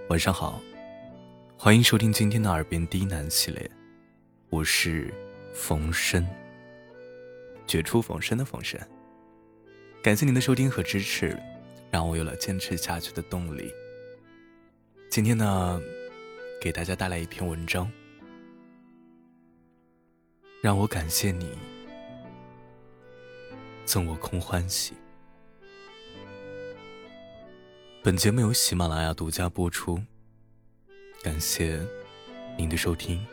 晚上好，欢迎收听今天的耳边低喃系列，我是冯生，绝处逢生的冯生。感谢您的收听和支持，让我有了坚持下去的动力。今天呢，给大家带来一篇文章，让我感谢你赠我空欢喜。本节目由喜马拉雅独家播出，感谢您的收听。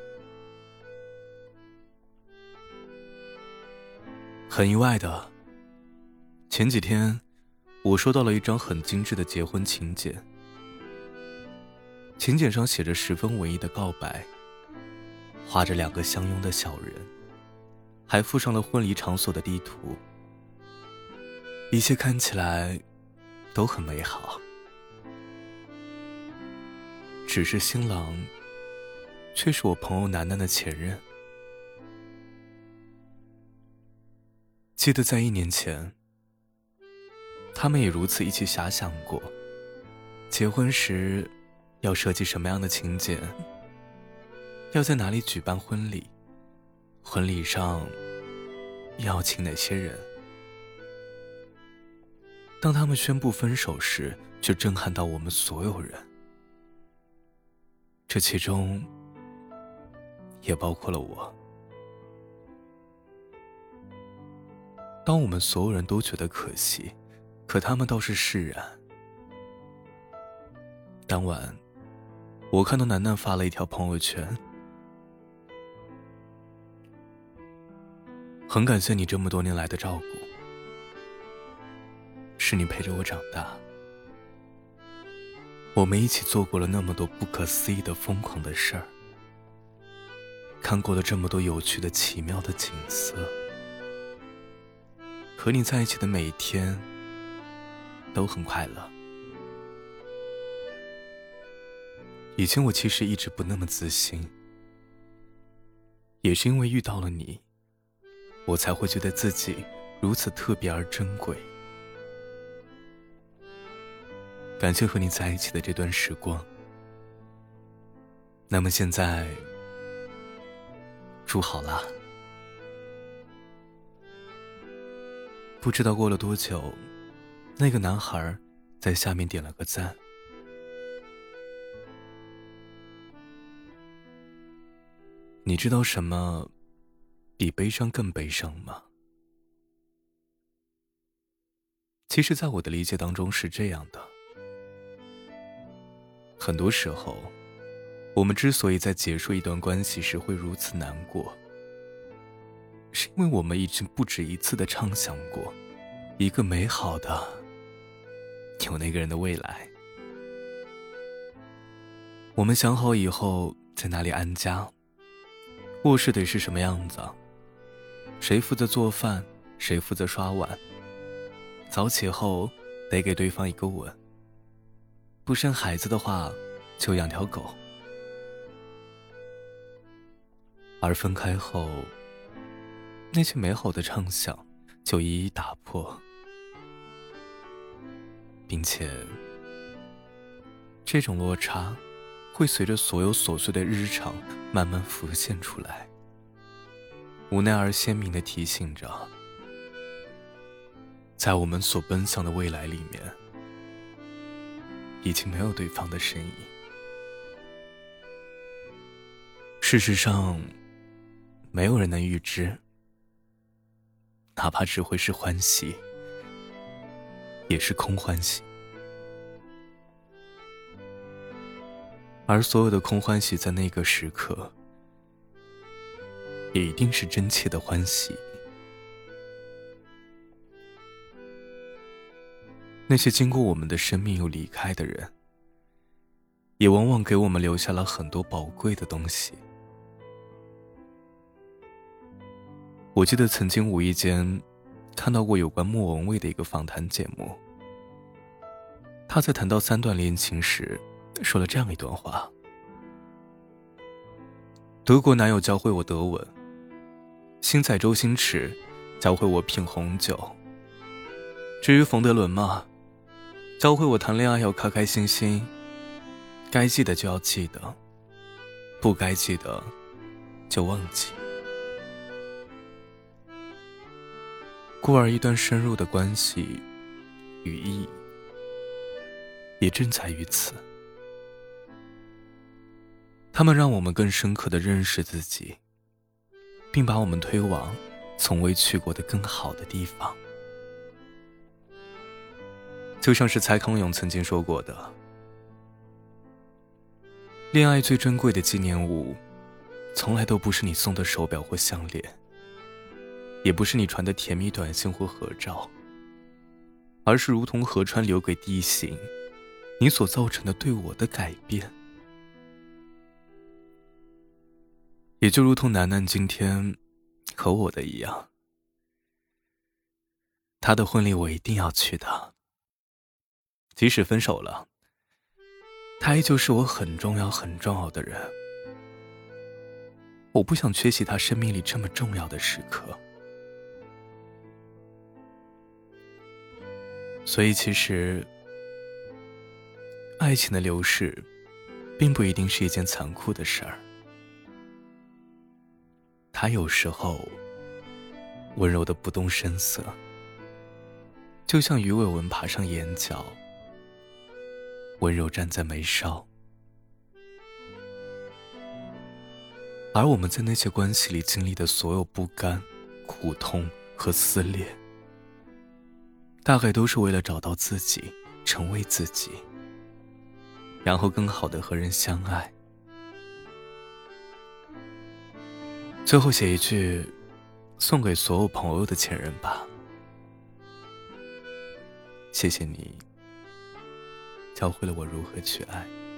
很意外的，前几天我收到了一张很精致的结婚请柬，请柬上写着十分文艺的告白，画着两个相拥的小人，还附上了婚礼场所的地图，一切看起来都很美好，只是新郎却是我朋友楠楠的前任。记得在1年前，他们也如此一起遐想过，结婚时要设计什么样的请柬，要在哪里举办婚礼，婚礼上要请哪些人。当他们宣布分手时，却震撼到我们所有人，这其中也包括了我。当我们所有人都觉得可惜，可他们倒是释然。当晚，我看到楠楠发了一条朋友圈，很感谢你这么多年来的照顾，是你陪着我长大，我们一起做过了那么多不可思议的疯狂的事儿，看过了这么多有趣的奇妙的景色，和你在一起的每一天都很快乐。以前我其实一直不那么自信，也是因为遇到了你，我才会觉得自己如此特别而珍贵。感谢和你在一起的这段时光。那么现在住好了。不知道过了多久，那个男孩在下面点了个赞。你知道什么比悲伤更悲伤吗？其实在我的理解当中是这样的，很多时候我们之所以在结束一段关系时会如此难过，是因为我们已经不止一次地畅想过一个美好的有那个人的未来。我们想好以后在哪里安家，卧室得是什么样子，谁负责做饭，谁负责刷碗，早起后得给对方一个吻，不生孩子的话就养条狗。而分开后，那些美好的畅想就一一打破，并且这种落差会随着所有琐碎的日常慢慢浮现出来，无奈而鲜明地提醒着，在我们所奔向的未来里面，已经没有对方的身影。事实上，没有人能预知，哪怕只会是欢喜，也是空欢喜。而所有的空欢喜在那个时刻，也一定是真切的欢喜。那些经过我们的生命又离开的人，也往往给我们留下了很多宝贵的东西。我记得曾经无意间看到过有关莫文蔚的一个访谈节目，他在谈到3段恋情时说了这样一段话：德国男友教会我德文，星仔周星驰教会我品红酒，至于冯德伦嘛，教会我谈恋爱要开开心心， 该记得就要记得，不该记得就忘记。故而一段深入的关系与意义也正在于此，他们让我们更深刻地认识自己，并把我们推往从未去过的更好的地方。就像是蔡康永曾经说过的，恋爱最珍贵的纪念物，从来都不是你送的手表或项链，也不是你传的甜蜜短信或合照，而是如同河川流给地形，你所造成的对我的改变。也就如同楠楠今天和我的一样，她的婚礼我一定要去的，即使分手了，他依旧是我很重要很重要的人，我不想缺席他生命里这么重要的时刻。所以其实爱情的流逝并不一定是一件残酷的事儿，它有时候温柔的不动声色，就像鱼尾纹爬上眼角，温柔站在眉梢。而我们在那些关系里经历的所有不甘、苦痛和撕裂，大概都是为了找到自己，成为自己，然后更好地和人相爱。最后写一句送给所有朋友的前任吧，谢谢你教会了我如何去爱。